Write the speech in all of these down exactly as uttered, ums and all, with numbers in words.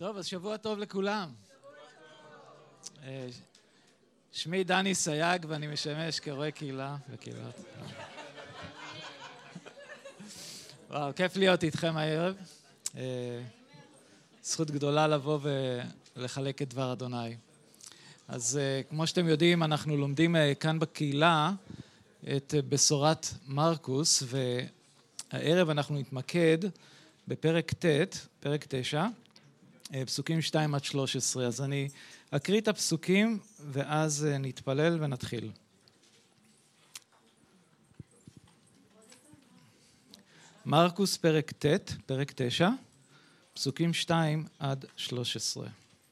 טוב, אז שבוע טוב לכולם. שמי דני סייג ואני משמש כרואה קהילה וקהילות. וואו, כיף להיות איתכם הערב. זכות גדולה לבוא ולחלק את דבר אדוני. אז כמו שאתם יודעים, אנחנו לומדים כאן בקהילה את בשורת מרקוס, והערב אנחנו נתמקד בפרק ט', פרק תשע, פסוקים שתיים עד שלוש עשרה. אז אני אקריא את הפסוקים ואז נתפלל ונתחיל. מרקוס פרק ט', פרק תשע, פסוקים שתיים עד שלוש עשרה.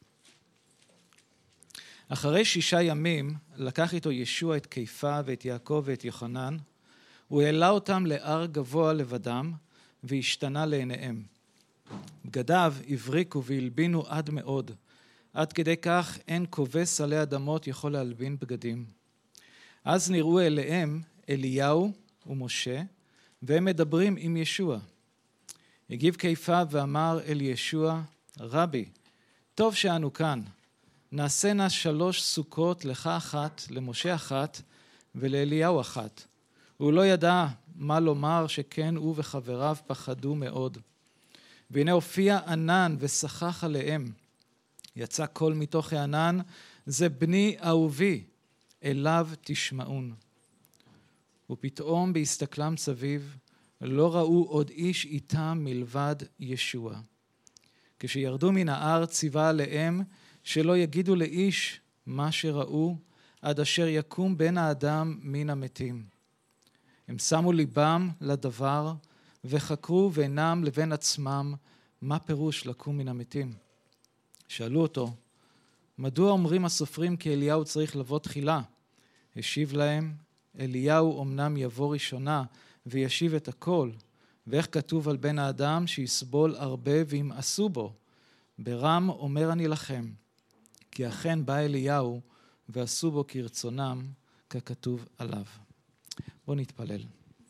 אחרי שישה ימים לקח איתו ישוע את קיפה ואת יעקב ואת יוחנן, הוא העלה אותם להר גבוה לבדם והשתנה לעיניהם. בגדיו הבריקו והלבינו עד מאוד, עד כדי כך אין כובס עלי אדמות יכול להלבין בגדים. אז נראו אליהם אליהו ומשה, והם מדברים עם ישוע. הגיב קיפה ואמר אל ישוע, רבי, טוב שאנו כאן, נעשנה שלוש סוכות, לך אחת, למשה אחת, ולאליהו אחת. הוא לא ידע מה לומר, שכן הוא וחבריו פחדו מאוד. והנה הופיע ענן ושחח עליהם. יצא קול מתוך הענן, זה בני אהובי, אליו תשמעון. ופתאום בהסתכלם סביב, לא ראו עוד איש איתם מלבד ישוע. כשירדו מן ההר ציווה עליהם, שלא יגידו לאיש מה שראו, עד אשר יקום בן האדם מן המתים. הם שמו ליבם לדבר, וחקרו בינם לבין עצמם, מה פירוש לקום מן המתים. שאלו אותו, מדוע אומרים הסופרים כי אליהו צריך לבוא תחילה? השיב להם, אליהו אמנם יבוא ראשונה, וישיב את הכל, ואיך כתוב על בן האדם שיסבול הרבה וימאסו בו. ברם אומר אני לכם, כי אכן בא אליהו ועשו בו כרצונם ככתוב עליו. בואו נתפלל.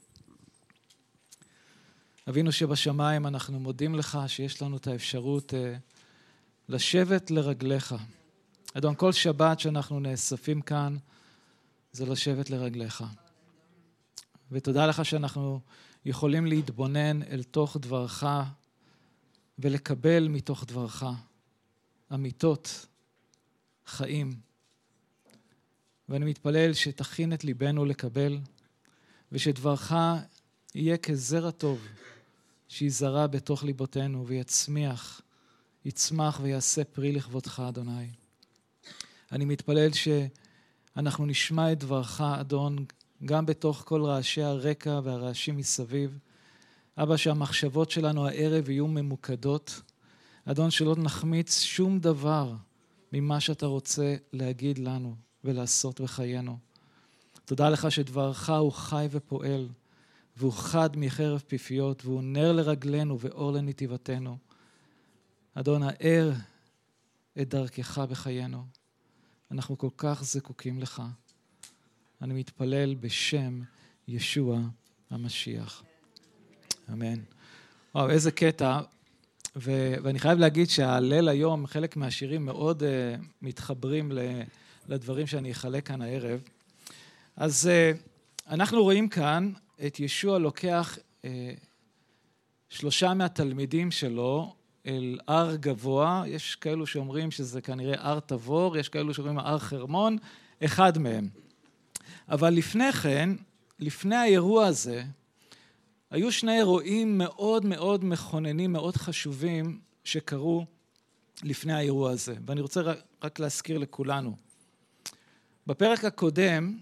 אבינו שבשמיים, אנחנו מודים לך שיש לנו את האפשרות לשבת לרגליך. אדון, כל שבת שאנחנו נאספים כאן זה לשבת לרגליך. ותודה לך שאנחנו יכולים להתבונן אל תוך דברך ולקבל מתוך דברך אמיתות, חיים. ואני מתפלל שתכין את ליבנו לקבל, ושדברך יהיה כזרע טוב שיזרע בתוך ליבותינו ויצמיח, יצמח ויעשה פרי לכבודך, אדוני. אני מתפלל שאנחנו נשמע את דברך, אדון, גם בתוך כל רעשי הרקע והרעשים מסביב. אבא, שהמחשבות שלנו הערב יהיו ממוקדות. אדון, שלא נחמיץ שום דבר ממה שאתה רוצה להגיד לנו ולעשות בחיינו. תודה לך שדברך הוא חי ופועל, והוא חד מחרב פיפיות, והוא נר לרגלינו ואור לנתיבתנו. אדון, האר את דרכך בחיינו. אנחנו כל כך זקוקים לך. אני מתפלל בשם ישוע המשיח. אמן. וואו, איזה קטע. ו- ואני חייב להגיד שההלל היום, חלק מהשירים מאוד uh, מתחברים ל- לדברים שאני אחלק כאן הערב. אז uh, אנחנו רואים כאן את ישוע לוקח uh, שלושה מהתלמידים שלו אל הר גבוה. יש כאלו שאומרים שזה כנראה הר תבור, יש כאלו שאומרים הר חרמון, אחד מהם. אבל לפני כן, לפני האירוע הזה, היו שני אירועים מאוד מאוד מכוננים, מאוד חשובים, שקרו לפני האירוע הזה. ואני רוצה רק, רק להזכיר לכולנו. בפרק הקודם,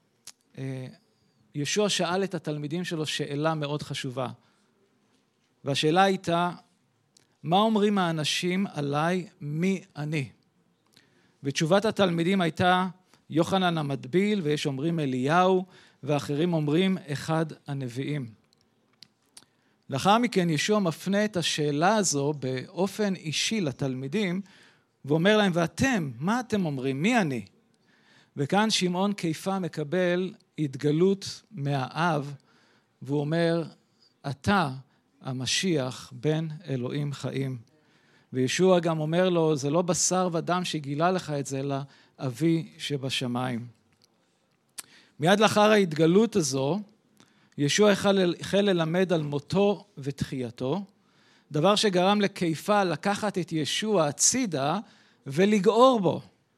ישוע שאל את התלמידים שלו שאלה מאוד חשובה. והשאלה הייתה, מה אומרים האנשים עליי, מי אני? ותשובת התלמידים הייתה, יוחנן המטביל, ויש אומרים אליהו, ואחרים אומרים אחד הנביאים. לאחר מכן ישוע מפנה את השאלה הזו באופן אישי לתלמידים, ואומר להם, ואתם, מה אתם אומרים? מי אני? וכאן שמעון קיפה מקבל התגלות מהאב, והוא אומר, אתה המשיח בן אלוהים חיים. וישוע גם אומר לו, זה לא בשר ודם שגילה לך את זה, אלא אבי שבשמיים. מיד לאחר ההתגלות הזו, ישוע החל, החל ללמד על מותו ותחייתו, דבר שגרם לקיפה לקחת את ישוע הצידה ולגעור בו.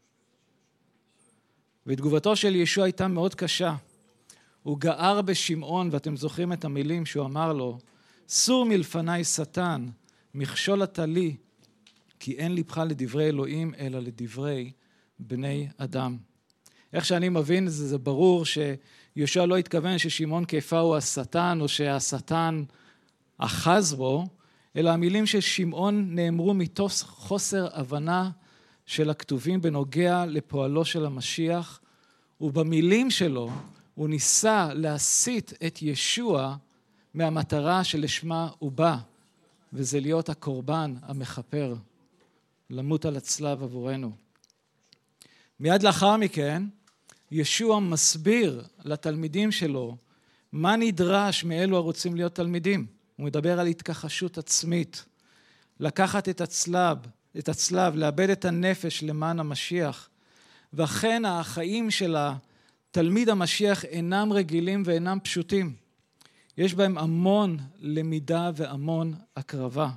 ותגובתו של ישוע הייתה מאוד קשה. הוא גער בשמעון, ואתם זוכרים את המילים שהוא אמר לו, סור מלפני שטן, מכשול אתה לי, כי אין ליבך לדברי אלוהים, אלא לדברי בני אדם. איך שאני מבין זה, זה ברור שישוע לא התכוון ששמעון קיפה הוא השטן, או שהשטן אחז בו, אלא המילים של שמעון נאמרו מתוך חוסר הבנה של הכתובים בנוגע לפועלו של המשיח, ובמילים שלו הוא ניסה להסיט את ישוע מהמטרה שלשמה הוא בא, וזה להיות הקורבן המכפר, למות על הצלב עבורנו. מיד לאחר מכן, ישוע מסביר לתלמידים שלו מה נדרש מאלו הרוצים להיות תלמידים. הוא מדבר על התכחשות עצמית, לקחת את הצלב, את הצלב, לאבד את הנפש למען המשיח. ואכן החיים של התלמיד המשיח אינם רגילים ואינם פשוטים. יש בהם המון למידה והמון הקרבה.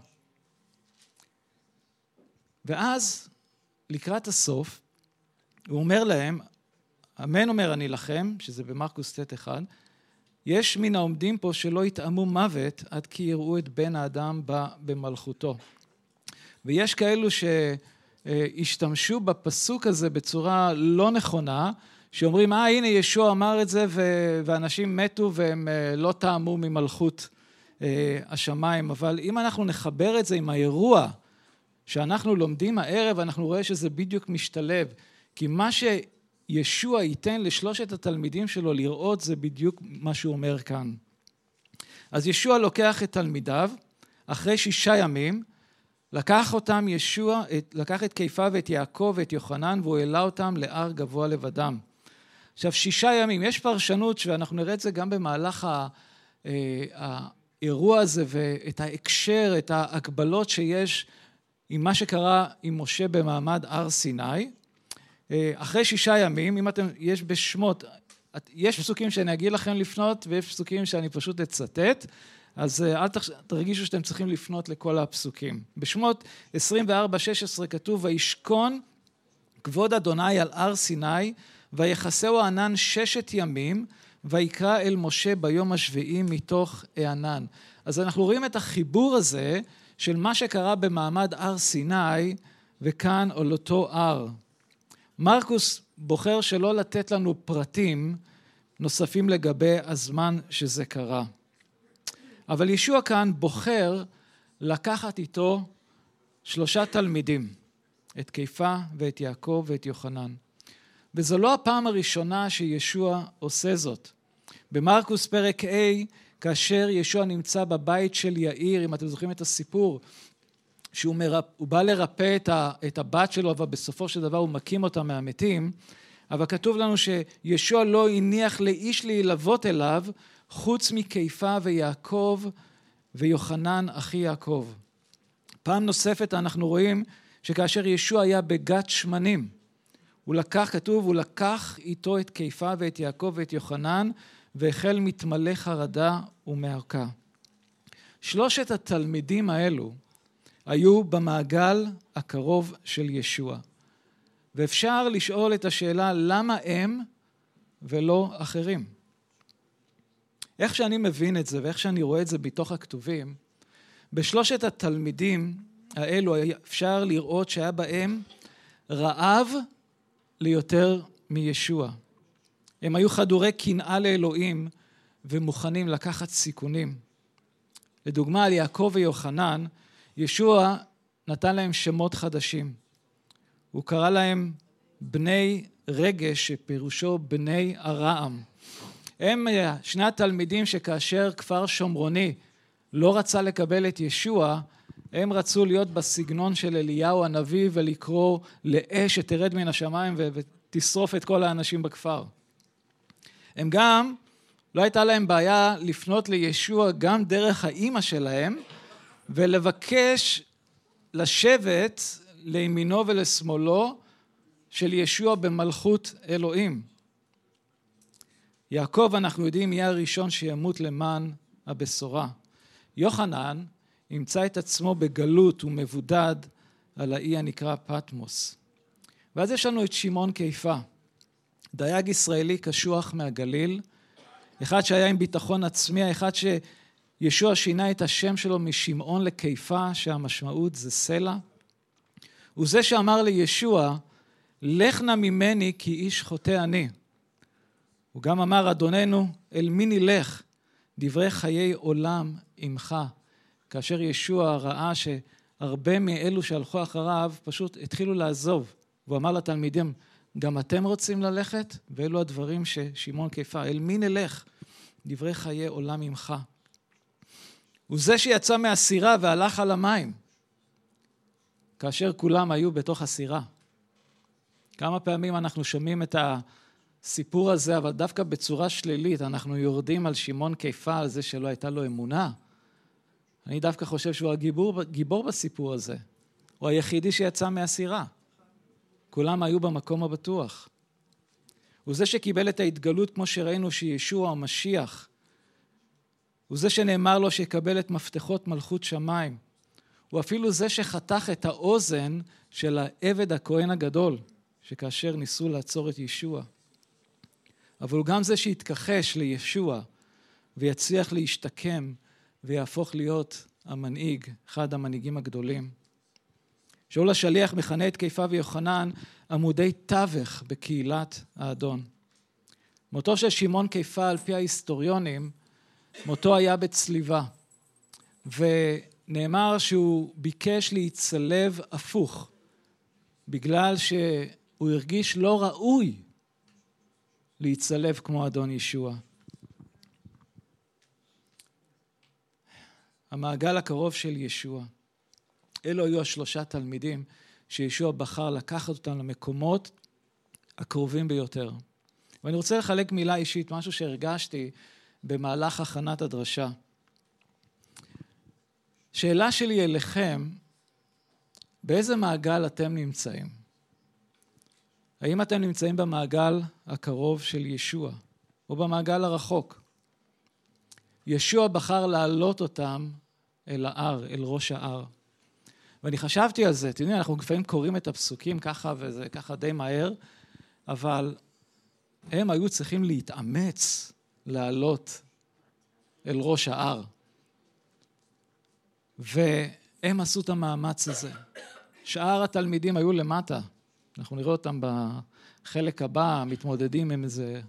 ואז, לקראת הסוף, הוא אומר להם, אמן אומר אני לכם, שזה במרקוס ט' אחד, יש מן העומדים פה שלא יטעמו מוות עד כי יראו את בן האדם בא במלכותו. ויש כאלו שהשתמשו בפסוק הזה בצורה לא נכונה, שאומרים, אה הנה ישוע אמר את זה ואנשים מתו והם לא טעמו ממלכות השמיים. אבל אם אנחנו נחבר את זה עם האירוע שאנחנו לומדים הערב, אנחנו רואים שזה בדיוק משתלב. כי מה שישוע ייתן לשלושת התלמידים שלו לראות, זה בדיוק מה שהוא אומר כאן. אז ישוע לוקח את תלמידיו, אחרי שישה ימים, לקח אותם ישוע, לקח את קיפה ואת יעקב ואת יוחנן, והוא העלה אותם להר גבוה לבדם. עכשיו, שישה ימים, יש פרשנות, ואנחנו נראה את זה גם במהלך האירוע הזה, ואת ההקשר, את ההקבלות שיש עם מה שקרה עם משה במעמד הר סיני. אחרי שישה ימים, אם אתם, יש בשמות, יש פסוקים שאני אגיד לכם לפנות, ויש פסוקים שאני פשוט אצטט, אז אל תרגישו שאתם צריכים לפנות לכל הפסוקים. בשמות עשרים וארבע שש עשרה כתוב, וישכון כבוד אדוני על הר סיני, ויחסהו הענן ששת ימים, ויקרא אל משה ביום השביעי מתוך הענן. אז אנחנו רואים את החיבור הזה, של מה שקרה במעמד הר סיני, וכאן על אותו הר. מרקוס בוחר שלא לתת לנו פרטים נוספים לגבי הזמן שזה קרה. אבל ישוע כאן בוחר לקחת איתו שלושה תלמידים, את קיפה ואת יעקב ואת יוחנן. וזו לא הפעם הראשונה שישוע עושה זאת. במרקוס פרק A, כאשר ישוע נמצא בבית של יאיר, אם אתם זוכרים את הסיפור, שהוא מרפ, הוא בא לרפא את, ה, את הבת שלו, אבל בסופו של דבר הוא מקים אותה מהמתים, אבל כתוב לנו שישוע לא הניח לאיש להילוות אליו, חוץ מקיפה ויעקב ויוחנן אחי יעקב. פעם נוספת אנחנו רואים שכאשר ישוע היה בגת שמנים, הוא לקח, כתוב, הוא לקח איתו את קיפה ואת יעקב ואת יוחנן, והחל מתמלא חרדה ומערכה. שלושת התלמידים האלו היו במעגל הקרוב של ישוע. ואפשר לשאול את השאלה, למה הם ולא אחרים? איך שאני מבין את זה ואיך שאני רואה את זה בתוך הכתובים, בשלושת התלמידים האלו אפשר לראות שהיה בהם רעב ליותר מישוע. הם היו חדורי קנאה לאלוהים ומוכנים לקחת סיכונים. לדוגמה, על יעקב ויוחנן, ישוע נתן להם שמות חדשים. הוא קרא להם בני רגש, שפירושו בני הרעם. הם שני התלמידים שכאשר כפר שומרוני לא רצה לקבל את ישוע, הם רצו להיות בסגנון של אליהו הנביא ולקרוא לאש שתרד מן השמיים ותשרוף את כל האנשים בכפר. הם גם, לא הייתה להם בעיה לפנות לישוע גם דרך האימא שלהם, ולבקש לשבת לימינו ולשמאלו של ישוע במלכות אלוהים. יעקב, אנחנו יודעים, יהיה הראשון שימות למען הבשורה. יוחנן ימצא את עצמו בגלות ומבודד על האי הנקרא פטמוס. ואז יש לנו את שמעון קיפה, דייג ישראלי קשוח מהגליל, אחד שהיה עם ביטחון עצמי, אחד שישוע שינה את השם שלו משמעון לקיפה, שהמשמעות זה סלע. הוא זה שאמר לישוע, לך נא ממני כי איש חוטא אני. הוא גם אמר, אדוננו, אל מי נלך? דברי חיי עולם עמך. כאשר ישוע ראה שהרבה מאלו שהלכו אחריו פשוט התחילו לעזוב. והוא אמר לתלמידים, גם אתם רוצים ללכת? ואלו הדברים ששמעון קיפה, אל מי נלך? דברי חיי עולם עמך. הוא זה שיצא מהסירה והלך על המים, כאשר כולם היו בתוך הסירה. כמה פעמים אנחנו שומעים את הסיפור הזה, אבל דווקא בצורה שלילית, אנחנו יורדים על שמעון קיפה, על זה שלא הייתה לו אמונה. אני דווקא חושב שהוא הגיבור, גיבור בסיפור הזה. הוא היחידי שיצא מהסירה. כולם היו במקום הבטוח. הוא זה שקיבל את ההתגלות, כמו שראינו שישוע המשיח. הוא זה שנאמר לו שיקבל את מפתחות מלכות שמיים. הוא אפילו זה שחתך את האוזן של העבד הכהן הגדול, שכאשר ניסו לעצור את ישוע. אבל הוא גם זה שהתכחש לישוע, ויצליח להשתקם, ויהפוך להיות המנהיג, אחד המנהיגים הגדולים. שאול השליח מכנה את קיפה ויוחנן עמודי תווך בקהילת האדון. מותו של שמעון קיפה על פי ההיסטוריונים, מותו היה בצליבה, ונאמר שהוא ביקש להצלב הפוך, בגלל שהוא הרגיש לא ראוי להצלב כמו אדון ישוע. המעגל הקרוב של ישוע. אלו היו השלושה תלמידים שישוע בחר לקחת אותם למקומות הקרובים ביותר. ואני רוצה לחלק מילה אישית, משהו שהרגשתי במהלך הכנת הדרשה. שאלה שלי אליכם, באיזה מעגל אתם נמצאים? האם אתם נמצאים במעגל הקרוב של ישוע, או במעגל הרחוק? ישוע בחר להעלות אותם אל ההר, אל ראש ההר. ואני חשבתי על זה, אתם יודעים, אנחנו לפעמים קוראים את הפסוקים ככה, וזה ככה די מהר, אבל הם היו צריכים להתאמץ לעלות אל ראש ההר. והם עשו את המאמץ הזה. שאר התלמידים היו למטה. אנחנו נראה אותם בחלק הבא, מתמודדים עם איזה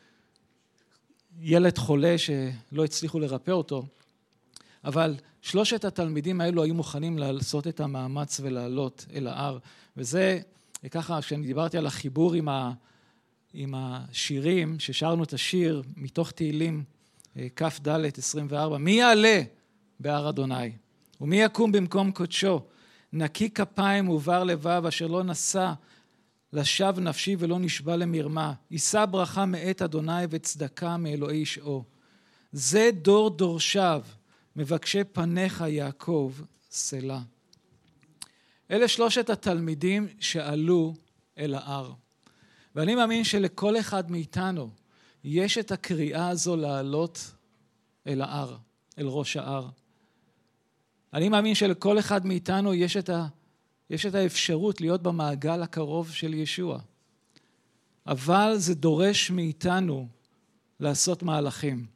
ילד חולה שלא הצליחו לרפא אותו. אבל שלושת התלמידים האלו היו מוכנים לעשות את המאמץ ולעלות אל ההר. וזה, ככה, כשאני דיברתי על החיבור עם, ה, עם השירים, ששרנו את השיר מתוך תהילים כף ד' עשרים וארבע, מי יעלה בהר אדוני? ומי יקום במקום קודשו? נקי כפיים ובר לבב, אשר לא נשא לשווא נפשי ולא נשבע למרמה. יישא ברכה מאת אדוני וצדקה מאלוהי ישעו. זה דור דורשיו, מבקשי פניך יעקב סלה. אלה שלושת התלמידים שעלו אל ההר. ואני מאמין שלכל אחד מאיתנו יש את הקריאה הזו לעלות אל ההר, אל ראש ההר. אני מאמין שלכל אחד מאיתנו יש את, ה, יש את האפשרות להיות במעגל הקרוב של ישוע. אבל זה דורש מאיתנו לעשות מהלכים.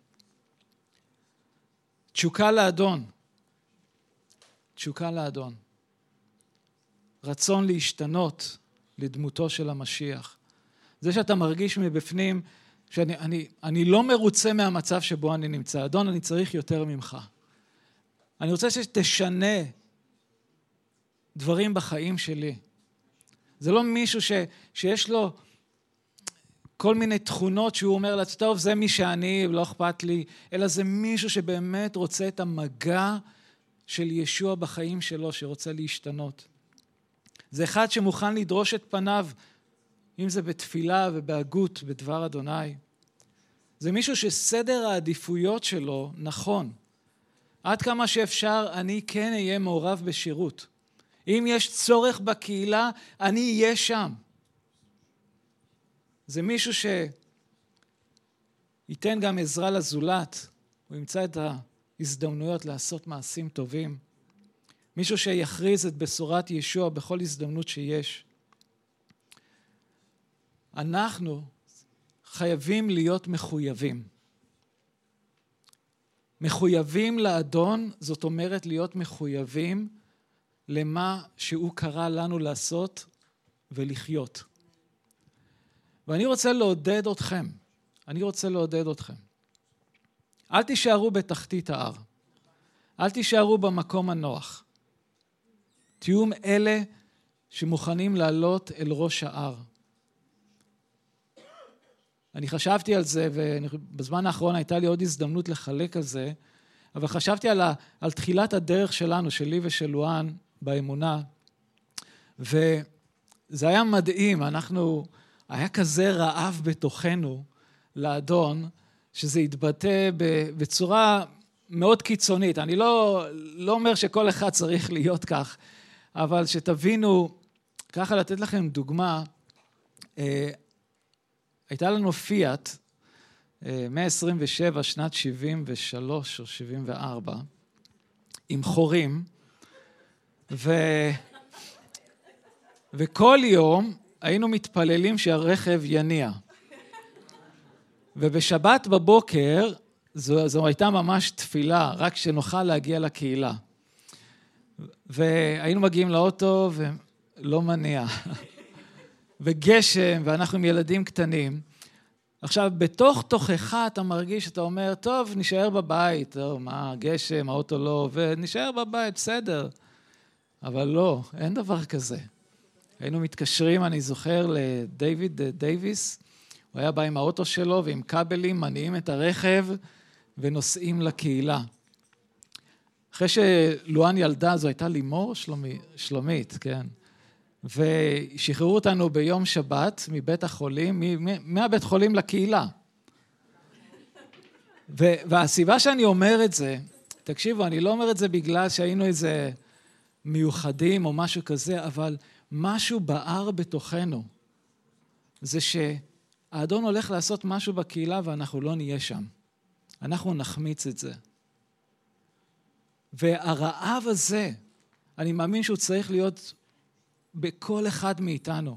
תשוקה לאדון. תשוקה לאדון. רצון להשתנות לדמותו של המשיח. זה שאתה מרגיש מבפנים שאני אני, אני לא מרוצה מהמצב שבו אני נמצא. אדון, אני צריך יותר ממך. אני רוצה שתשנה דברים בחיים שלי. זה לא מישהו ש, שיש לו כל מיני תכונות שהוא אומר לה, טוב, זה מי שאני, לא אכפת לי, אלא זה מישהו שבאמת רוצה את המגע של ישוע בחיים שלו, שרוצה להשתנות. זה אחד שמוכן לדרוש את פניו, אם זה בתפילה ובהגות בדבר אדוני. זה מישהו שסדר העדיפויות שלו נכון. עד כמה שאפשר אני כן אהיה מעורב בשירות. אם יש צורך בקהילה, אני אהיה שם. זה מישהו שייתן גם עזרה לזולת, הוא ימצא את ההזדמנויות לעשות מעשים טובים. מישהו שיכריז את בשורת ישוע בכל הזדמנות שיש. אנחנו חייבים להיות מחויבים. מחויבים לאדון, זאת אומרת להיות מחויבים למה שהוא קרא לנו לעשות ולחיות. ואני רוצה לעודד אתכם, אני רוצה לעודד אתכם. אל תישארו בתחתית ההר, אל תישארו במקום הנוח. תהיו אלה שמוכנים לעלות אל ראש ההר. אני חשבתי על זה, ובזמן האחרון הייתה לי עוד הזדמנות לחלק על זה, אבל חשבתי על, ה, על תחילת הדרך שלנו, שלי ושל לואן, באמונה, וזה היה מדהים, אנחנו, היה כזה רעב בתוכנו לאדון, שזה התבטא בצורה מאוד קיצונית. אני לא, לא אומר שכל אחד צריך להיות כך, אבל שתבינו, ככה לתת לכם דוגמה, הייתה לנו פיאט, מאה עשרים ושבע, שנת שבעים ושלוש או שבעים וארבע, עם חורים, ו... וכל יום היינו מתפללים שהרכב יניע. ובשבת בבוקר, זו, זו הייתה ממש תפילה, רק שנוכל להגיע לקהילה. והיינו מגיעים לאוטו ולא מניע. וגשם, ואנחנו עם ילדים קטנים. עכשיו, בתוך תוכך אתה מרגיש, אתה אומר, טוב, נשאר בבית, טוב, מה, גשם, האוטו לא עובד, נשאר בבית, בסדר. אבל לא, אין דבר כזה. היינו מתקשרים, אני זוכר, לדייוויד דייביס, הוא היה בא עם האוטו שלו ועם כבלים, מניעים את הרכב ונוסעים לקהילה. אחרי שלואן ילדה, זו הייתה לימור שלומי, שלומית, כן. ושחררו אותנו ביום שבת מבית החולים, מהבית חולים לקהילה. והסיבה שאני אומר את זה, תקשיבו, אני לא אומר את זה בגלל שהיינו איזה מיוחדים או משהו כזה, אבל משהו בער בתוכנו. זה שהאדון הולך לעשות משהו בקהילה ואנחנו לא נהיה שם. אנחנו נחמיץ את זה. והרעב הזה, אני מאמין שהוא צריך להיות בכל אחד מאיתנו.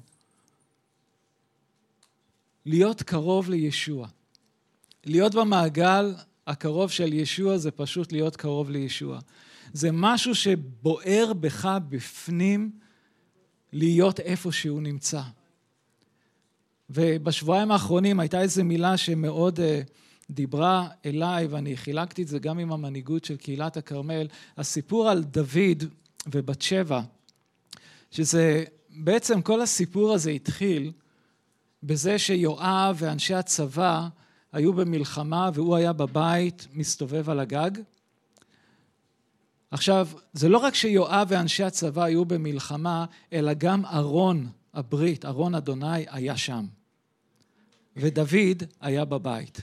להיות קרוב לישוע. להיות במעגל הקרוב של ישוע זה פשוט להיות קרוב לישוע. זה משהו שבוער בך בפנים להיות איפה שהוא נמצא. ובשבועיים האחרונים הייתה איזו מילה שמאוד uh, דיברה אליי, ואני חילקתי את זה גם עם המנהיגות של קהילת הכרמל, הסיפור על דוד ובת שבע, שזה בעצם כל הסיפור הזה התחיל בזה שיואב ואנשי הצבא היו במלחמה והוא היה בבית מסתובב על הגג. עכשיו, זה לא רק שיואב ואנשי הצבא היו במלחמה, אלא גם ארון הברית, ארון אדוני היה שם. ודוד היה בבית.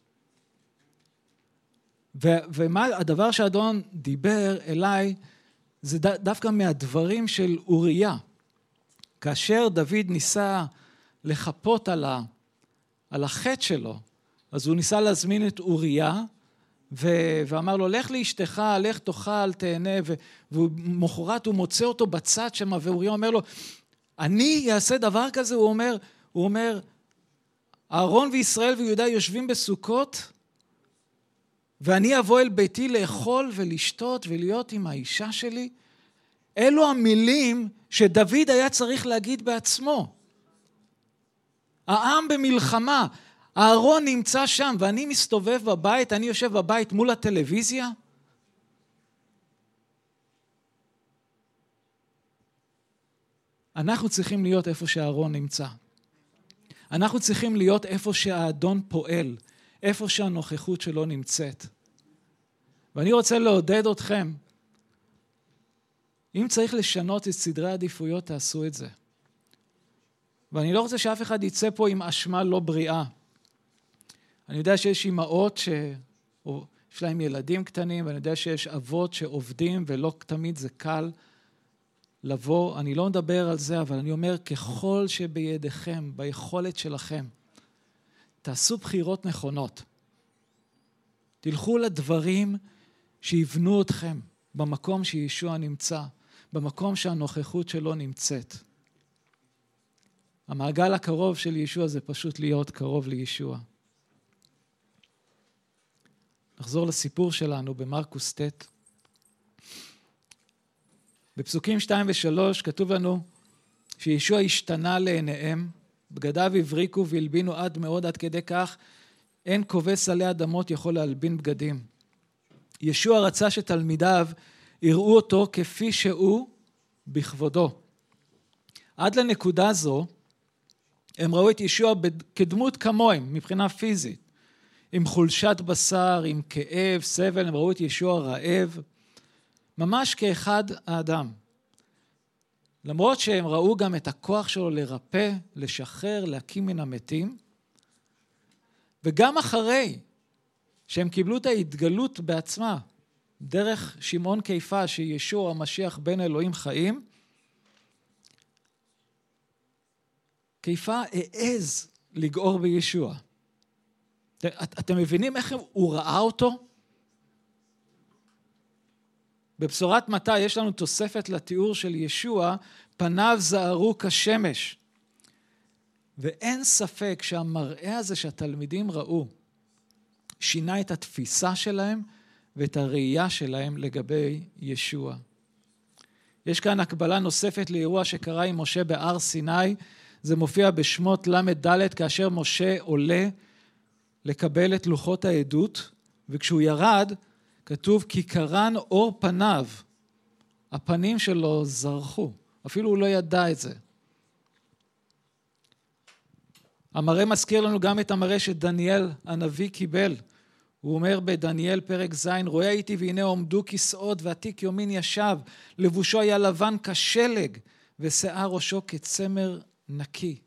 ו- ומה הדבר שאדון דיבר אליי, זה ד- דווקא מהדברים של אוריה. כאשר דוד ניסה לחפות על, ה- על החטא שלו, אז הוא ניסה להזמין את אוריה, ו- ואמר לו, לך לאשתך, לך תאכל, תהנה, ו- ומחרת הוא מוצא אותו בצד שם, ואוריה אומר לו, אני אעשה דבר כזה, הוא אומר, הוא אומר, אהרון וישראל ויהודה יושבים בסוכות, ואני אבוא אל ביתי לאכול ולשתות ולהיות עם האישה שלי. אלו המילים שדוד היה צריך להגיד בעצמו. העם במלחמה, אהרון נמצא שם ואני מסתובב בבית, אני יושב בבית מול הטלוויזיה. אנחנו צריכים להיות איפה שאהרון נמצא. אנחנו צריכים להיות איפה שהאדון פועל, איפה שהנוכחות שלו נמצאת. ואני רוצה לעודד אתכם, אם צריך לשנות את סדרי העדיפויות, תעשו את זה. ואני לא רוצה שאף אחד יצא פה עם אשמה לא בריאה. אני יודע שיש אמהות שיש להם ילדים קטנים, ואני יודע שיש אבות שעובדים ולא תמיד זה קל לבוא, אני לא מדבר על זה, אבל אני אומר, ככל שבידיכם, ביכולת שלכם, תעשו בחירות נכונות. תלכו לדברים שיבנו אתכם במקום שישוע נמצא, במקום שהנוכחות שלו נמצאת. המעגל הקרוב של ישוע זה פשוט להיות קרוב לישוע. נחזור לסיפור שלנו במרקוס ט'. בפסוקים שתיים ושלוש כתוב לנו שישוע השתנה לעיניהם, בגדיו הבריקו והלבינו עד מאוד, עד כדי כך אין כובס עלי אדמות יכול להלבין בגדים. ישוע רצה שתלמידיו יראו אותו כפי שהוא בכבודו. עד לנקודה זו הם ראו את ישוע כדמות כמוהם מבחינה פיזית, עם חולשת בשר, עם כאב, סבל. הם ראו את ישוע רעב, ממש כאחד האדם. למרות שהם ראו גם את הכוח שלו לרפא, לשחרר, להקים מן המתים, וגם אחרי שהם קיבלו את ההתגלות בעצמה, דרך שמעון קיפה שישוע המשיח בן אלוהים חיים, קיפה העז לגעור בישוע. את, אתם מבינים איך הוא ראה אותו? בבשורת מתי יש לנו תוספת לתיאור של ישוע, פניו זהרו כשמש. ואין ספק שהמראה הזה שהתלמידים ראו, שינה את התפיסה שלהם ואת הראייה שלהם לגבי ישוע. יש כאן הקבלה נוספת לאירוע שקרה עם משה בהר סיני, זה מופיע בשמות למד ד' כאשר משה עולה לקבל את לוחות העדות, וכשהוא ירד, כתוב כי קרן אור פניו, הפנים שלו זרחו, אפילו הוא לא ידע את זה. המראה מזכיר לנו גם את המראה שדניאל הנביא קיבל. הוא אומר בדניאל פרק ז', רואה הייתי והנה עומדו כיסאות ועתיק יומין ישב, לבושו היה לבן כשלג ושיער ראשו כצמר נקי.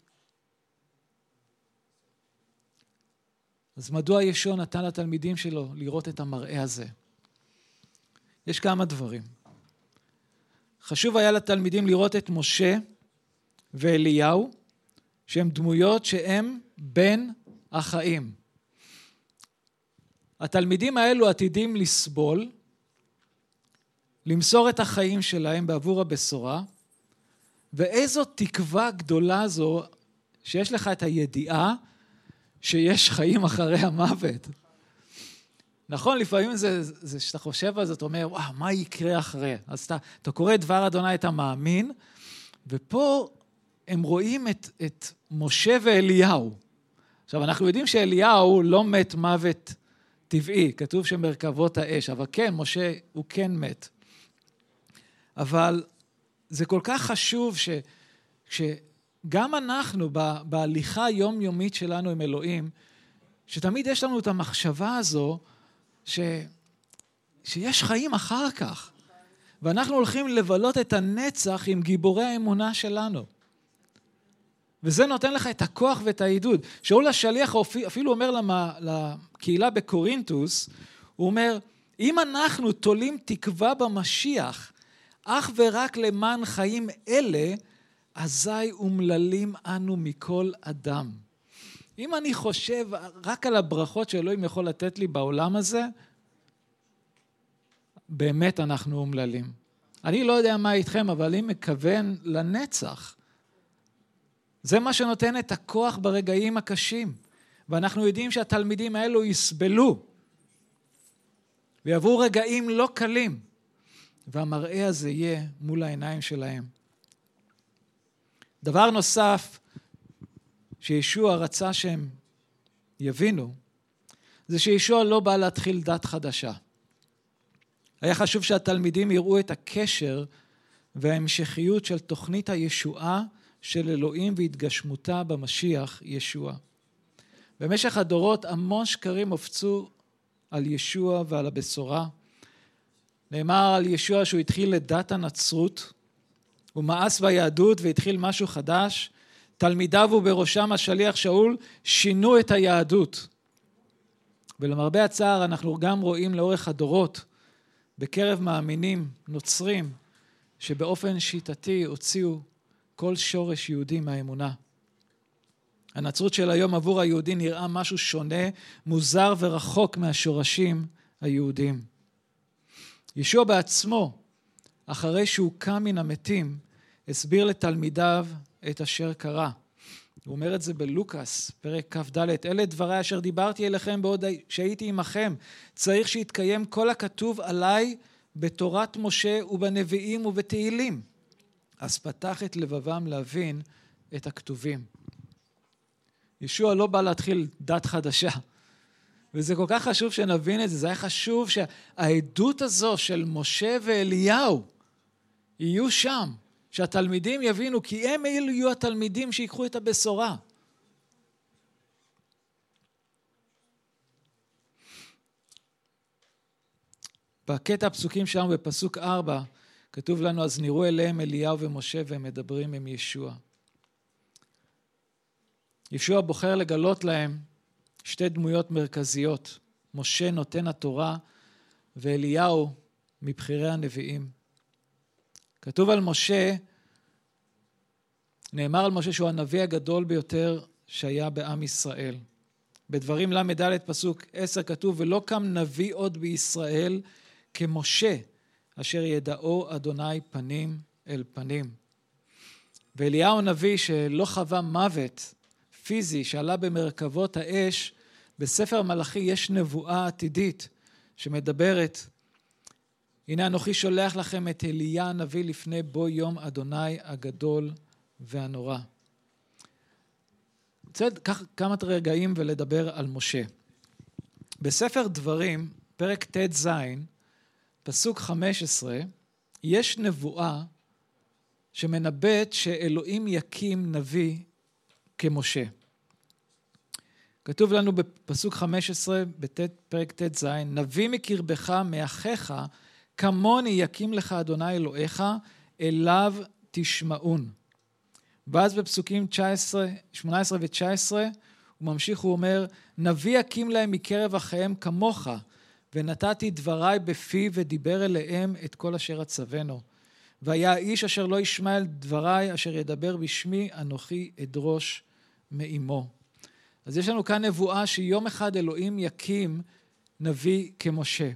אז מדוע ישוע נתן לתלמידים שלו לראות את המראה הזה? יש כמה דברים. חשוב היה לתלמידים לראות את משה ואליהו, שהם דמויות שהם בין החיים. התלמידים האלו עתידים לסבול, למסור את החיים שלהם בעבור הבשורה, ואיזו תקווה גדולה זו שיש לך את הידיעה שיש חיים אחרי המוות. נכון, לפעמים זה, זה שאתה חושב על זה, אתה אומר, וואו, מה יקרה אחרי? אז אתה, אתה קורא את דבר אדוני, אתה מאמין, ופה הם רואים את, את משה ואליהו. עכשיו, אנחנו יודעים שאליהו לא מת מוות טבעי, כתוב שמרכבות האש, אבל כן, משה הוא כן מת. אבל זה כל כך חשוב ש, שגם אנחנו בהליכה היומיומית שלנו עם אלוהים, שתמיד יש לנו את המחשבה הזו, ש, שיש חיים אחר כך, ואנחנו הולכים לבלות את הנצח עם גיבורי האמונה שלנו. וזה נותן לך את הכוח ואת העידוד. שאול השליח אפילו אומר למה, לקהילה בקורינטוס, הוא אומר, אם אנחנו תולים תקווה במשיח, אך ורק למען חיים אלה, אזי אומללים אנו מכל אדם. אם אני חושב רק על הברכות שאלוהים יכול לתת לי בעולם הזה, באמת אנחנו אומללים. אני לא יודע מה איתכם, אבל אני מכוון לנצח. זה מה שנותן את הכוח ברגעים הקשים. ואנחנו יודעים שהתלמידים האלו יסבלו, ויעברו רגעים לא קלים, והמראה הזה יהיה מול העיניים שלהם. דבר נוסף שישוע רצה שהם יבינו, זה שישוע לא בא להתחיל דת חדשה. היה חשוב שהתלמידים יראו את הקשר וההמשכיות של תוכנית הישועה של אלוהים והתגשמותה במשיח ישוע. במשך הדורות המון שקרים הופצו על ישוע ועל הבשורה. נאמר על ישוע שהוא התחיל לדת הנצרות, הוא מאס ביהדות והתחיל משהו חדש. תלמידיו ובראשם השליח שאול שינו את היהדות. ולמרבה הצער אנחנו גם רואים לאורך הדורות, בקרב מאמינים נוצרים, שבאופן שיטתי הוציאו כל שורש יהודי מהאמונה. הנצרות של היום עבור היהודי נראה משהו שונה, מוזר ורחוק מהשורשים היהודים. ישוע בעצמו, אחרי שהוא קם מן המתים, הסביר לתלמידיו את אשר קרה. הוא אומר את זה בלוקאס, פרק כ"ד, אלה דברי אשר דיברתי אליכם בעוד שהייתי עמכם. צריך שיתקיים כל הכתוב עליי בתורת משה ובנביאים ובתהילים. אז פתח את לבבם להבין את הכתובים. ישוע לא בא להתחיל דת חדשה. וזה כל כך חשוב שנבין את זה. זה היה חשוב שהעדות הזו של משה ואליהו יהיו שם. שהתלמידים יבינו, כי הם אלו יהיו התלמידים שיקחו את הבשורה. בקטע הפסוקים שלנו בפסוק ארבע, כתוב לנו, אז נראו אליהם אליהו ומשה והם מדברים עם ישוע. ישוע בוחר לגלות להם שתי דמויות מרכזיות, משה נותן התורה ואליהו מבחירי הנביאים. כתוב על משה, נאמר על משה שהוא הנביא הגדול ביותר שהיה בעם ישראל. בדברים למד פסוק עשר כתוב, ולא קם נביא עוד בישראל כמשה, אשר ידעו אדוני פנים אל פנים. ואליהו נביא שלא חווה מוות פיזי, שעלה במרכבות האש, בספר מלאכי יש נבואה עתידית שמדברת, הנה אנוכי שולח לכם את אליה הנביא לפני בוא יום אדוני הגדול והנורא. רוצה לקח כמה רגעים ולדבר על משה. בספר דברים, פרק ט' ז', פסוק חמש עשרה, יש נבואה שמנבאת שאלוהים יקים נביא כמשה. כתוב לנו בפסוק חמש עשרה, בפרק ט' ז', נביא מקרבך מאחיך, כמוני יקים לך אדוני אלוהיך, אליו תשמעון. ואז בפסוקים שמונה עשרה ו-תשע עשרה, הוא ממשיך, הוא אומר, נביא יקים להם מקרב אחיהם כמוך, ונתתי דבריי בפי ודיבר אליהם את כל אשר אצוונו. והיה האיש אשר לא ישמע אל דבריי, אשר ידבר בשמי, אנוכי אדרוש מאמו. אז יש לנו כאן נבואה שיום אחד אלוהים יקים נביא כמשה.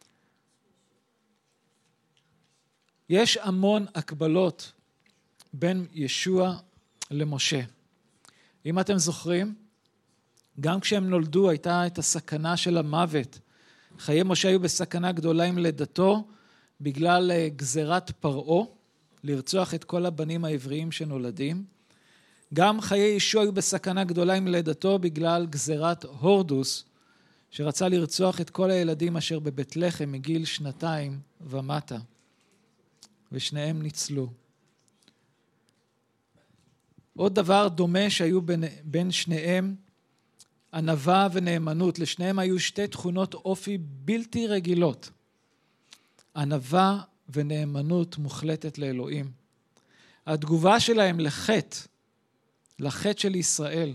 יש המון הקבלות בין ישוע למשה. אם אתם זוכרים, גם כשהם נולדו הייתה את הסכנה של המוות. חיי משה היו בסכנה גדולה עם לידתו, בגלל גזירת פרעה, לרצוח את כל הבנים העבריים שנולדים. גם חיי ישוע היו בסכנה גדולה עם לידתו, בגלל גזירת הורדוס, שרצה לרצוח את כל הילדים אשר בבית לחם מגיל שנתיים ומטה. ושניהם ניצלו. עוד דבר דומה שהיו בין, בין שניהם, ענווה ונאמנות. לשניהם היו שתי תכונות אופי בלתי רגילות. ענווה ונאמנות מוחלטת לאלוהים. התגובה שלהם לחטא, לחטא של ישראל.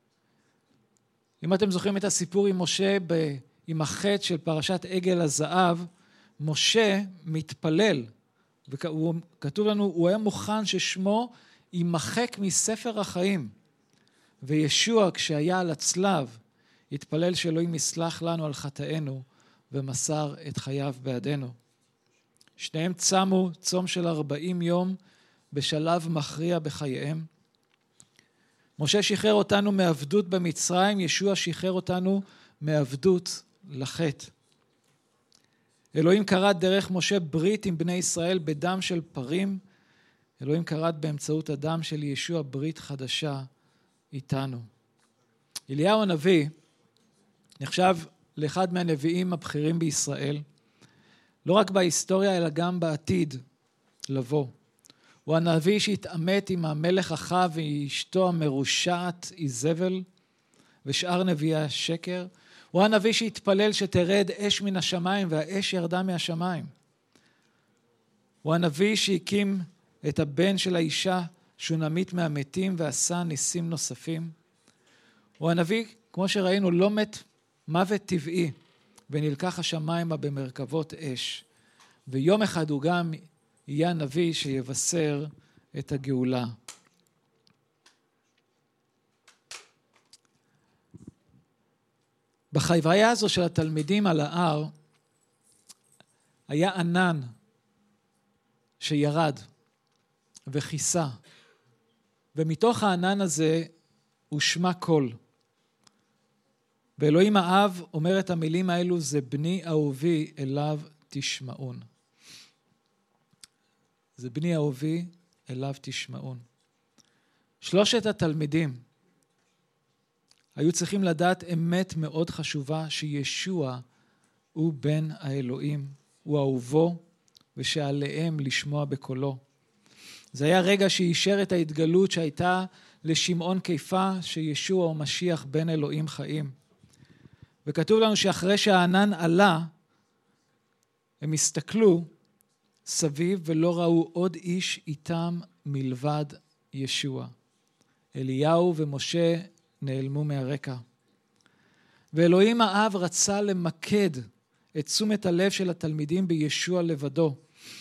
אם אתם זוכרים את הסיפור עם משה, ב, עם החטא של פרשת עגל הזהב, משה מתפלל, וכתוב לנו, הוא היה מוכן ששמו יימחק מספר החיים. וישוע כשהיה על הצלב, התפלל שאלוהים יסלח לנו על חטאינו, ומסר את חייו בעדנו. שניהם צמו צום של ארבעים יום, בשלב מכריע בחייהם. משה שחרר אותנו מעבדות במצרים, ישוע שחרר אותנו מעבדות לחטא. אלוהים כרת דרך משה ברית עם בני ישראל בדם של פרים, אלוהים כרת באמצעות הדם של ישוע ברית חדשה איתנו. אליהו הנביא נחשב לאחד מהנביאים הבכירים בישראל, לא רק בהיסטוריה אלא גם בעתיד לבוא. הוא הנביא שהתעמת עם המלך אחאב ואשתו המרושעת איזבל ושאר נביאי השקר. הוא הנביא שהתפלל שתרד אש מן השמיים והאש ירדה מהשמיים. הוא הנביא שהקים את הבן של האישה שונמית מהמתים ועשה ניסים נוספים. הוא הנביא, כמו שראינו, לא מת מוות טבעי ונלקח השמיימה במרכבות אש. ויום אחד הוא גם יהיה הנביא שיבשר את הגאולה. בחוויה הזו של התלמידים על ההר, היה ענן שירד וכיסה, ומתוך הענן הזה הושמע קול. ואלוהים האב אומר את המילים האלו, זה בני אהובי אליו תשמעון. זה בני אהובי אליו תשמעון. שלושת התלמידים היו צריכים לדעת אמת מאוד חשובה, שישוע הוא בן האלוהים, הוא אהובו, ושעליהם לשמוע בקולו. זה היה רגע שאישר את ההתגלות שהייתה לשמעון קיפה, שישוע הוא משיח בן אלוהים חיים. וכתוב לנו שאחרי שהענן עלה, הם הסתכלו סביב ולא ראו עוד איש איתם מלבד ישוע. אליהו ומשה נעלמו מהרקע. ואלוהים האב רצה למקד את תשומת הלב של התלמידים בישוע לבדו.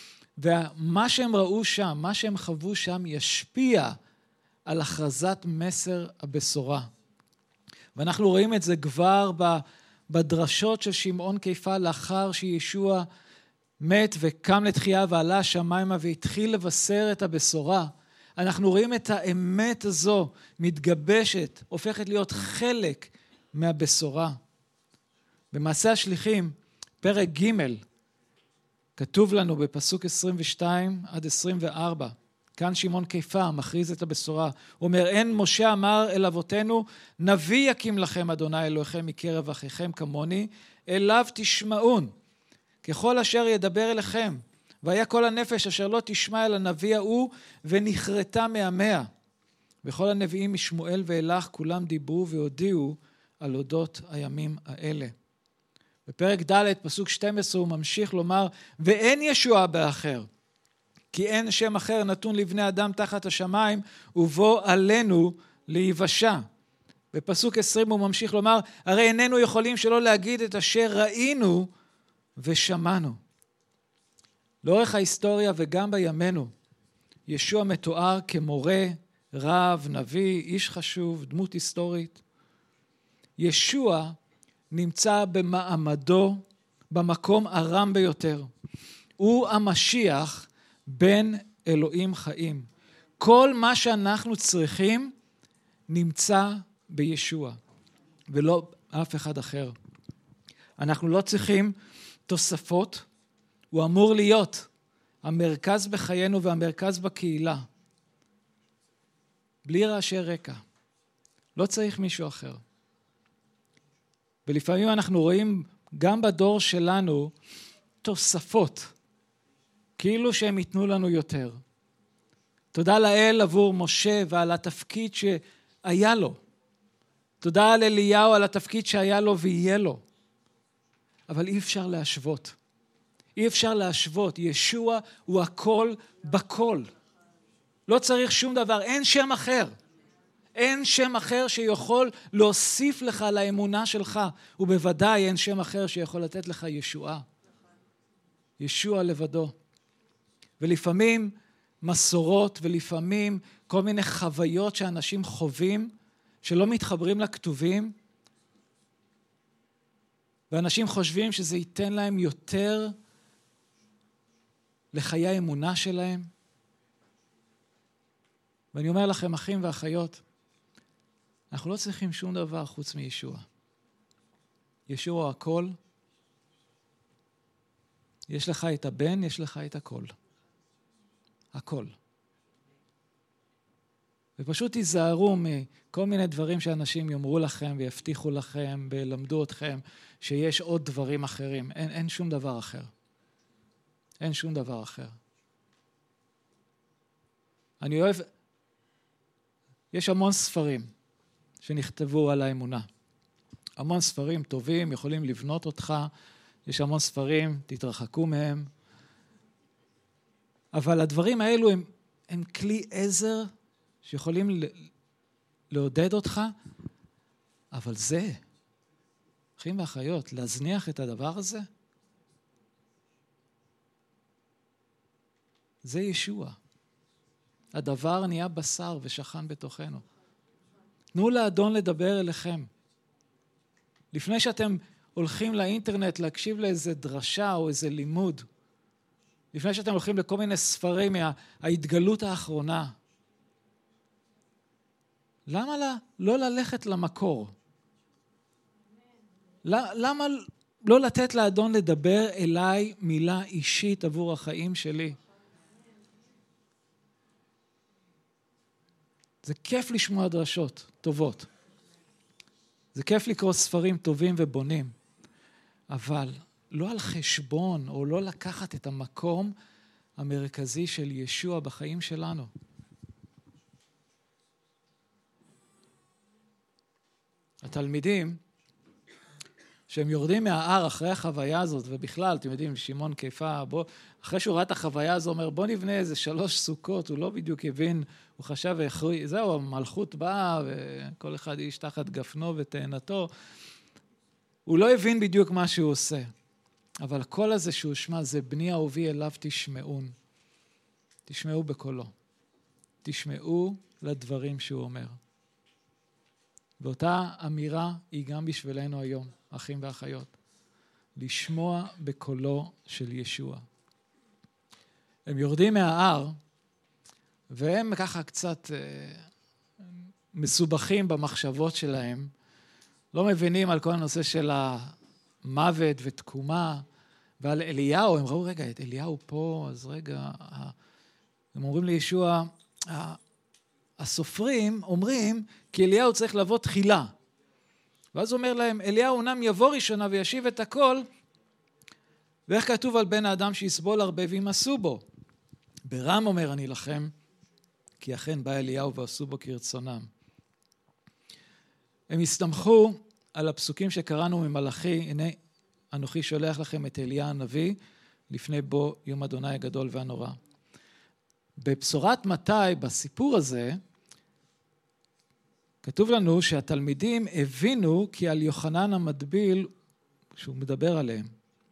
ומה שהם ראו שם, מה שהם חוו שם, ישפיע על הכרזת מסר הבשורה. ואנחנו רואים את זה כבר בדרשות של שמעון קיפה, לאחר שישוע מת וקם לתחייה ועלה השמיימה והתחיל לבשר את הבשורה. אנחנו רואים את האמת הזו מתגבשת, הופכת להיות חלק מהבשורה. במעשה השליחים, פרק ג', כתוב לנו בפסוק עשרים ושתיים עד עשרים וארבע, כאן שמעון קיפה מכריז את הבשורה. הוא אומר, אין משה אמר אל אבותינו, נביא יקים לכם אדוני אלוהיכם מקרב אחיכם כמוני, אליו תשמעון, ככל אשר ידבר אליכם. והיה כל הנפש אשר לא תשמע אל הנביא ההוא, ונכרתה מעמיה. וכל הנביאים משמואל ואילך כולם דיברו והודיעו על אודות הימים האלה. בפרק ד' פסוק שתים עשרה הוא ממשיך לומר, ואין ישועה באחר, כי אין שם אחר נתון לבני אדם תחת השמיים, ובו עלינו להיוושע. בפסוק עשרים הוא ממשיך לומר, הרי איננו יכולים שלא להגיד את אשר ראינו ושמענו. לאורך ההיסטוריה וגם בימינו, ישוע מתואר כמורה, רב, נביא, איש חשוב, דמות היסטורית. ישוע נמצא במעמדו במקום הרם ביותר. הוא המשיח בן אלוהים חיים. כל מה שאנחנו צריכים נמצא בישוע, ולא אף אחד אחר. אנחנו לא צריכים תוספות, הוא אמור להיות המרכז בחיינו והמרכז בקהילה. בלי רעשי רקע. לא צריך מישהו אחר. ולפעמים אנחנו רואים גם בדור שלנו תוספות, כאילו שהם ייתנו לנו יותר. תודה לאל עבור משה ועל התפקיד שהיה לו. תודה על אליהו על התפקיד שהיה לו ויהיה לו. אבל אי אפשר להשוות. אי אפשר להשוות. ישוע הוא הכל בכל. לא צריך שום דבר. אין שם אחר. אין שם אחר שיכול להוסיף לך לאמונה שלך. ובוודאי אין שם אחר שיכול לתת לך ישועה. ישוע לבדו. ולפעמים מסורות ולפעמים כל מיני חוויות שאנשים חווים שלא מתחברים לכתובים. ואנשים חושבים שזה ייתן להם יותר לחיי האמונה שלהם. ואני אומר לכם, אחים ואחיות, אנחנו לא צריכים שום דבר חוץ מישוע. ישוע הוא הכל. יש לך את הבן, יש לך את הכל. הכל. ופשוט תיזהרו מכל מיני דברים שאנשים יאמרו לכם ויבטיחו לכם ולמדו אתכם שיש עוד דברים אחרים. אין, אין שום דבר אחר. אין שום דבר אחר. אני אוהב, יש המון ספרים שנכתבו על האמונה. המון ספרים טובים, יכולים לבנות אותך. יש המון ספרים, תתרחקו מהם. אבל הדברים האלו הם, הם כלי עזר שיכולים לעודד אותך, אבל זה, אחים ואחיות, להזניח את הדבר הזה, זה ישוע. הדבר נהיה בשר ושכן בתוכנו. תנו לאדון לדבר אליכם. לפני שאתם הולכים לאינטרנט להקשיב לאיזה דרשה או איזה לימוד, לפני שאתם הולכים לכל מיני ספרים מההתגלות האחרונה, למה לא ללכת למקור? למה לא לתת לאדון לדבר אליי מילה אישית עבור החיים שלי? זה כיף לשמוע דרשות טובות. זה כיף לקרוא ספרים טובים ובונים. אבל לא על חשבון או לא לקחת את המקום המרכזי של ישוע בחיים שלנו. התלמידים שהם יורדים מההר אחרי החוויה הזאת, ובכלל, אתם יודעים, שמעון קיפה, בוא, אחרי שהוא ראה את החוויה הזו, אומר, בוא נבנה איזה שלוש סוכות, הוא לא בדיוק הבין, הוא חשב, זהו, המלכות באה, וכל אחד איש תחת גפנו ותאנתו, הוא לא הבין בדיוק מה שהוא עושה, אבל הקול הזה שהוא שמע, זה בני אהובי אליו תשמעון, תשמעו בקולו, תשמעו לדברים שהוא אומר. ואותה אמירה היא גם בשבילנו היום, אחים ואחיות. לשמוע בקולו של ישוע. הם יורדים מההר, והם ככה קצת אה, מסובכים במחשבות שלהם, לא מבינים על כל הנושא של המוות ותקומה, ועל אליהו, הם ראו, רגע, את אליהו פה, אז רגע, הם אומרים לישוע, הסופרים אומרים, כי אליהו צריך לבוא תחילה. ואז הוא אומר להם, אליהו אומנם יבוא ראשונה וישיב את הכל, ואיך כתוב על בן האדם שיסבול הרבה וימסו בו? ברם אומר אני לכם, כי אכן בא אליהו ועשו בו כרצונם. הם הסתמכו על הפסוקים שקראנו ממלאכי, הנה אנוכי שולח לכם את אליה הנביא, לפני בו יום אדוני הגדול והנורא. בבשורת מתי, בסיפור הזה, כתוב לנו שהתלמידים הבינו כי על יוחנן המטביל, שהוא מדבר עליהם.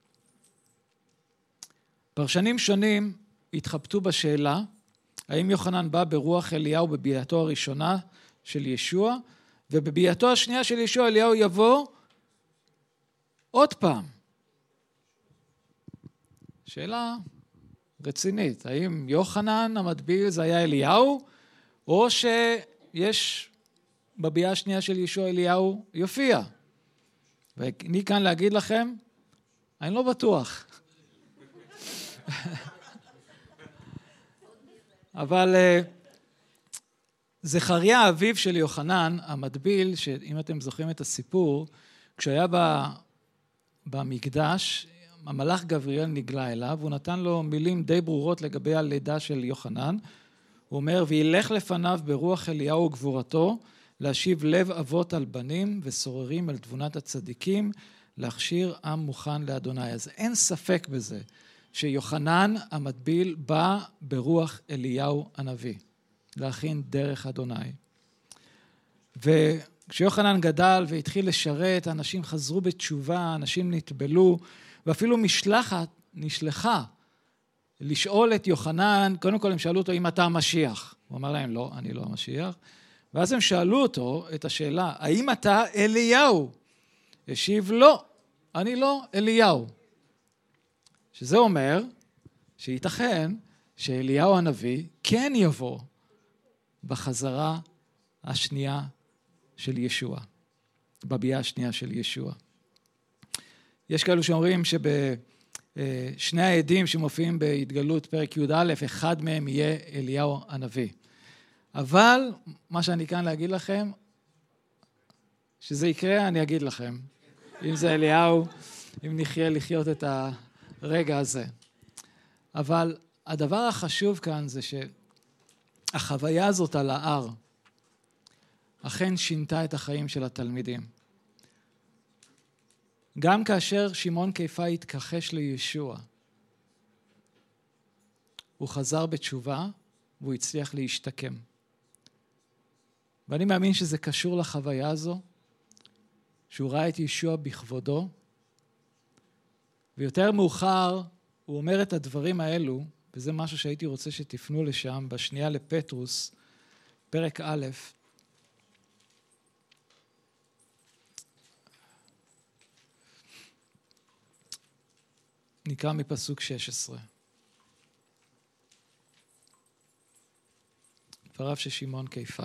פרשנים שונים התחבטו בשאלה, האם יוחנן בא ברוח אליהו בביאתו הראשונה של ישוע, ובביאתו השנייה של ישוע אליהו יבוא עוד פעם. שאלה רצינית, האם יוחנן המטביל זה היה אליהו, או שיש בביאה השנייה של ישוע אליהו יופיע. ואני כאן להגיד לכם, אני לא בטוח. אבל זכריה אביו של יוחנן המטביל, שאם אתם זוכרים את הסיפור, כשהיה במקדש, המלאך גבריאל נגלה אליו, הוא נתן לו מילים די ברורות לגבי הלידה של יוחנן. הוא אומר, וילך לפניו ברוח אליהו וגבורתו, להשיב לב אבות על בנים וסוררים על תבונת הצדיקים, להכשיר עם מוכן לאדוני. אז אין ספק בזה שיוחנן המטביל בא ברוח אליהו הנביא, להכין דרך אדוני. וכשיוחנן גדל והתחיל לשרת, אנשים חזרו בתשובה, אנשים נטבלו, ואפילו משלחת נשלחה לשאול את יוחנן, קודם כל הם שאלו אותו אם אתה המשיח. הוא אמר להם לא, אני לא המשיח. ואז הם שאלו אותו את השאלה, האם אתה אליהו? השיב לא, אני לא אליהו. שזה אומר שייתכן שאליהו הנביא כן יבוא בחזרה השנייה של ישוע, בביאה השנייה של ישוע. יש כאלו שאומרים שבשני העדים שמופיעים בהתגלות פרק י"א, אחד מהם יהיה אליהו הנביא. אבל מה שאני כאן להגיד לכם, שזה יקרה, אני אגיד לכם. אם זה אליהו, אם נחיה לחיות את הרגע הזה. אבל הדבר החשוב כאן זה שהחוויה הזאת על ההר, אכן שינתה את החיים של התלמידים. גם כאשר שמעון קיפה התכחש לישוע, הוא חזר בתשובה והוא הצליח להשתקם. ואני מאמין שזה קשור לחוויה הזו, שהוא ראה את ישוע בכבודו, ויותר מאוחר הוא אומר את הדברים האלו וזה משהו שהייתי רוצה שתפנו לשם, בשנייה לפטרוס, פרק א', נקרא מפסוק שש עשרה. דבריו של שמעון קיפה.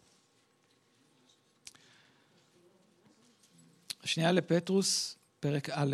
השנייה לפטרוס, פרק א',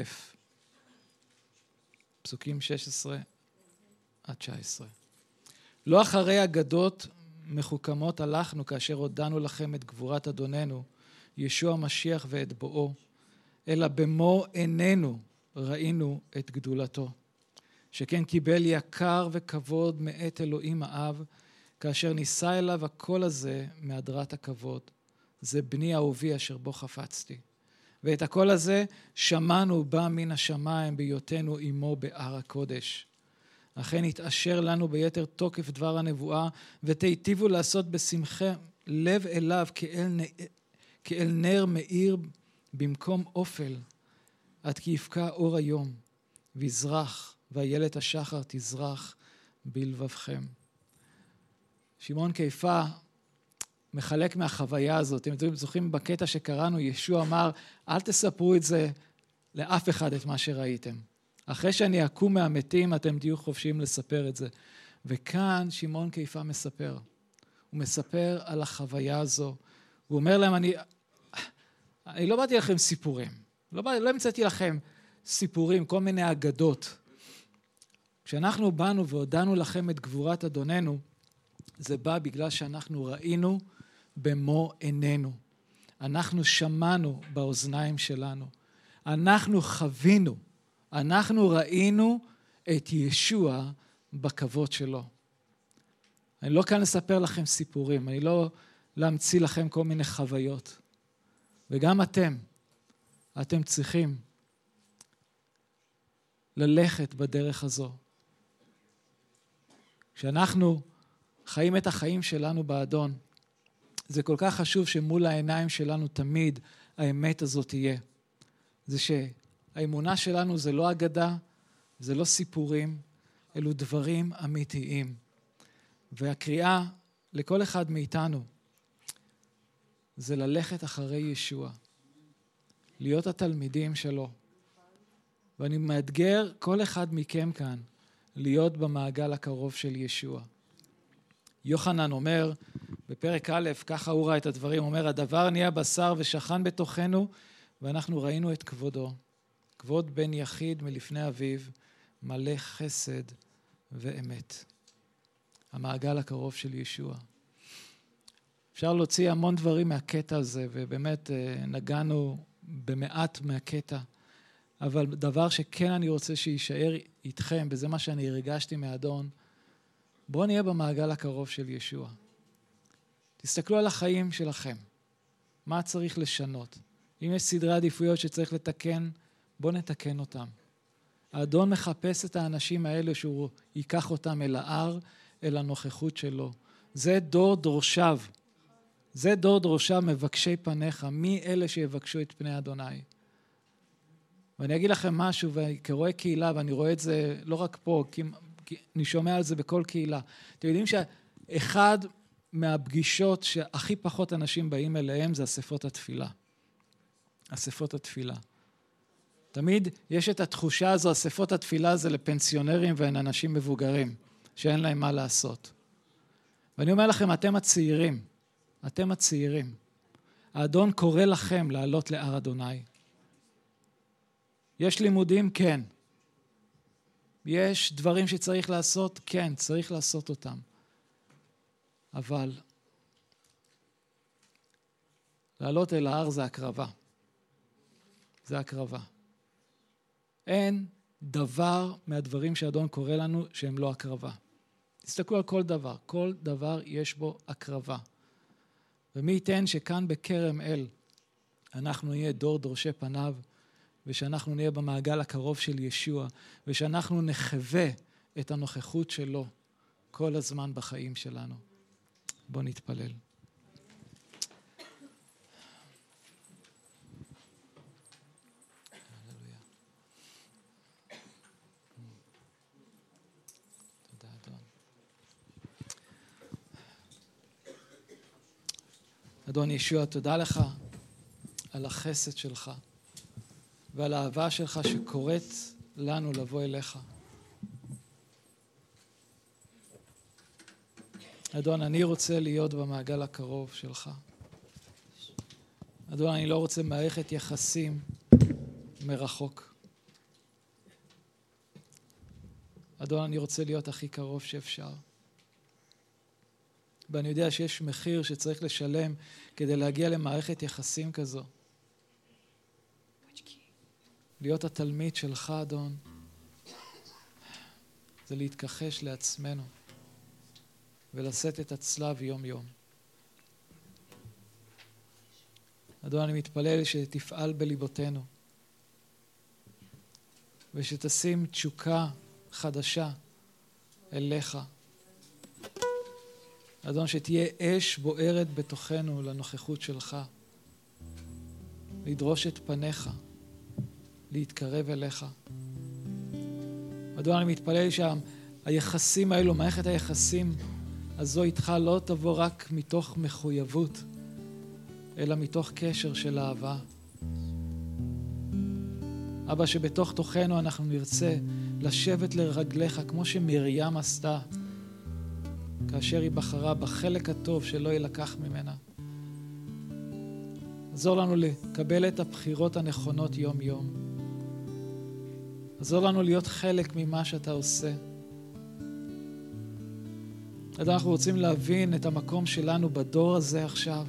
פסוקים שש עשרה עד תשע עשרה. לא אחרי אגדות מחוכמות הלכנו כאשר הודענו לכם את גבורת אדוננו, ישוע המשיח ואת בואו, אלא במו עינינו ראינו את גדולתו, שכן קיבל יקר וכבוד מאת אלוהים האב, כאשר נישא אליו הקול הזה מהדרת הכבוד. זה בני אהובי אשר בו חפצתי. ואת הקול הזה שמענו בא מן השמיים בהיותנו עמו בהר הקודש. אכן יתאשר לנו ביתר תוקף דבר הנבואה, ותיטיבו לעשות בשמחה לב אליו כאל, נ... כאל נר מאיר במקום אופל, עד כי יפקע אור היום, ויזרח, ואיילת השחר תזרח בלבבכם. שמעון קיפה מחלק מהחוויה הזאת. אתם זוכרים בקטע שקראנו, ישוע אמר, אל תספרו את זה לאף אחד את מה שראיתם. אחרי שאני אקום מהמתים, אתם תהיו חופשיים לספר את זה. וכאן שמעון קיפה מספר. הוא מספר על החוויה הזו. הוא אומר להם, אני, אני לא באתי לכם סיפורים. לא, בא, לא המצאתי לכם סיפורים, כל מיני אגדות. כשאנחנו באנו והודענו לכם את גבורת אדוננו, זה בא בגלל שאנחנו ראינו במו עינינו. אנחנו שמענו באוזניים שלנו. אנחנו חווינו. אנחנו ראינו את ישוע בכבוד שלו. אני לא כאן לספר לכם סיפורים. אני לא להמציא לכם כל מיני חוויות. וגם אתם, אתם צריכים ללכת בדרך הזו. כשאנחנו חיים את החיים שלנו באדון, זה כל כך חשוב שמול העיניים שלנו תמיד האמת הזאת תהיה. זה שהאמונה שלנו זה לא אגדה, זה לא סיפורים, אלו דברים אמיתיים. והקריאה לכל אחד מאיתנו זה ללכת אחרי ישוע, להיות התלמידים שלו. ואני מאתגר כל אחד מכם כאן להיות במעגל הקרוב של ישוע. יוחנן אומר בפרק א', ככה הוא ראה את הדברים, אומר, הדבר נהיה בשר ושכן בתוכנו, ואנחנו ראינו את כבודו. כבוד בן יחיד מלפני אביו, מלא חסד ואמת. המעגל הקרוב של ישוע. אפשר להוציא המון דברים מהקטע הזה, ובאמת נגענו במעט מהקטע, אבל דבר שכן אני רוצה שישאר איתכם, וזה מה שאני הרגשתי מהאדון, בואו נהיה במעגל הקרוב של ישוע. תסתכלו על החיים שלכם. מה צריך לשנות? אם יש סדרי עדיפויות שצריך לתקן, בואו נתקן אותם. האדון מחפש את האנשים האלה שהוא ייקח אותם אל ההר, אל הנוכחות שלו. זה דור דורשיו. זה דור דורשיו מבקשי פניך. מי אלה שיבקשו את פני אדוני? ואני אגיד לכם משהו, וכרואה קהילה, ואני רואה את זה לא רק פה, כי אני שומע על זה בכל קהילה. אתם יודעים שאחד מהפגישות שהכי פחות אנשים באים אליהם זה אספות התפילה. אספות התפילה. תמיד יש את התחושה הזו, אספות התפילה זה לפנסיונרים ואין אנשים מבוגרים, שאין להם מה לעשות. ואני אומר לכם, אתם הצעירים, אתם הצעירים. האדון קורא לכם לעלות להר אדוני. יש לימודים? כן. יש דברים שצריך לעשות? כן, צריך לעשות אותם. אבל לעלות אל ההר זה הקרבה. זה הקרבה. אין דבר מהדברים שהאדון קורא לנו שהם לא הקרבה. תסתכלו על כל דבר. כל דבר יש בו הקרבה. ומי ייתן שכאן בכרם אל אנחנו נהיה דור דורשי פניו, ושאנחנו נהיה במעגל הקרוב של ישוע, ושאנחנו נחווה את הנוכחות שלו כל הזמן בחיים שלנו. בואו נתפלל. תודה אדון ישוע, תודה לך על החסד שלך ועל האהבה שלך שקוראת לנו לבוא אליך. אדון, אני רוצה להיות במעגל הקרוב שלך. אדון, אני לא רוצה מערכת יחסים מרחוק. אדון, אני רוצה להיות הכי קרוב שאפשר. ואני יודע שיש מחיר שצריך לשלם כדי להגיע למערכת יחסים כזו. להיות התלמיד שלך, אדון, זה להתכחש לעצמנו ולשאת את הצלב יום יום. אדון, אני מתפלל שתפעל בליבותינו ושתשים תשוקה חדשה אליך. אדון, שתהיה אש בוערת בתוכנו לנוכחות שלך, לדרוש את פניך, להתקרב אליך. אדון, אני מתפלל שהיחסים האלו, מערכת היחסים הזו איתך לא תבוא רק מתוך מחויבות, אלא מתוך קשר של אהבה. אבא, שבתוך תוכנו אנחנו נרצה לשבת לרגליך כמו שמרים עשתה, כאשר היא בחרה בחלק הטוב שלא ילקח ממנה. עזור לנו לקבל את הבחירות הנכונות יום יום. עזור לנו להיות חלק ממה שאתה עושה. אנחנו רוצים להבין את המקום שלנו בדור הזה עכשיו.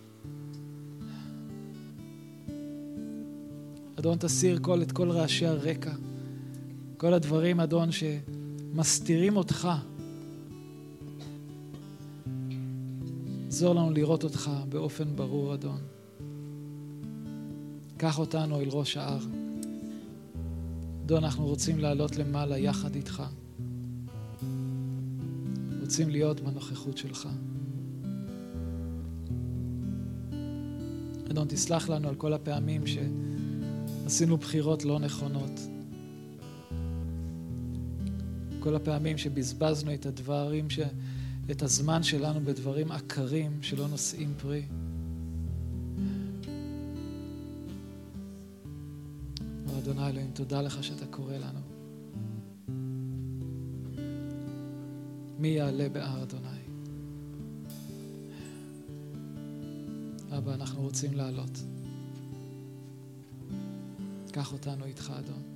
אדון, תסיר כל, את כל רעשי הרקע, כל הדברים, אדון, שמסתירים אותך. עזור לנו לראות אותך באופן ברור, אדון. קח אותנו אל ראש ההר. אדון, אנחנו רוצים לעלות למעלה יחד איתך. רוצים להיות בנוכחות שלך. אדון, תסלח לנו על כל הפעמים שעשינו בחירות לא נכונות. כל הפעמים שבזבזנו את הדברים, ש... את הזמן שלנו בדברים עקרים שלא נושאים פרי. אדוני אלוהים, תודה לך שאתה קורא לנו. מי יעלה בהר אדוני? אבא, אנחנו רוצים לעלות. קח אותנו איתך, אדון.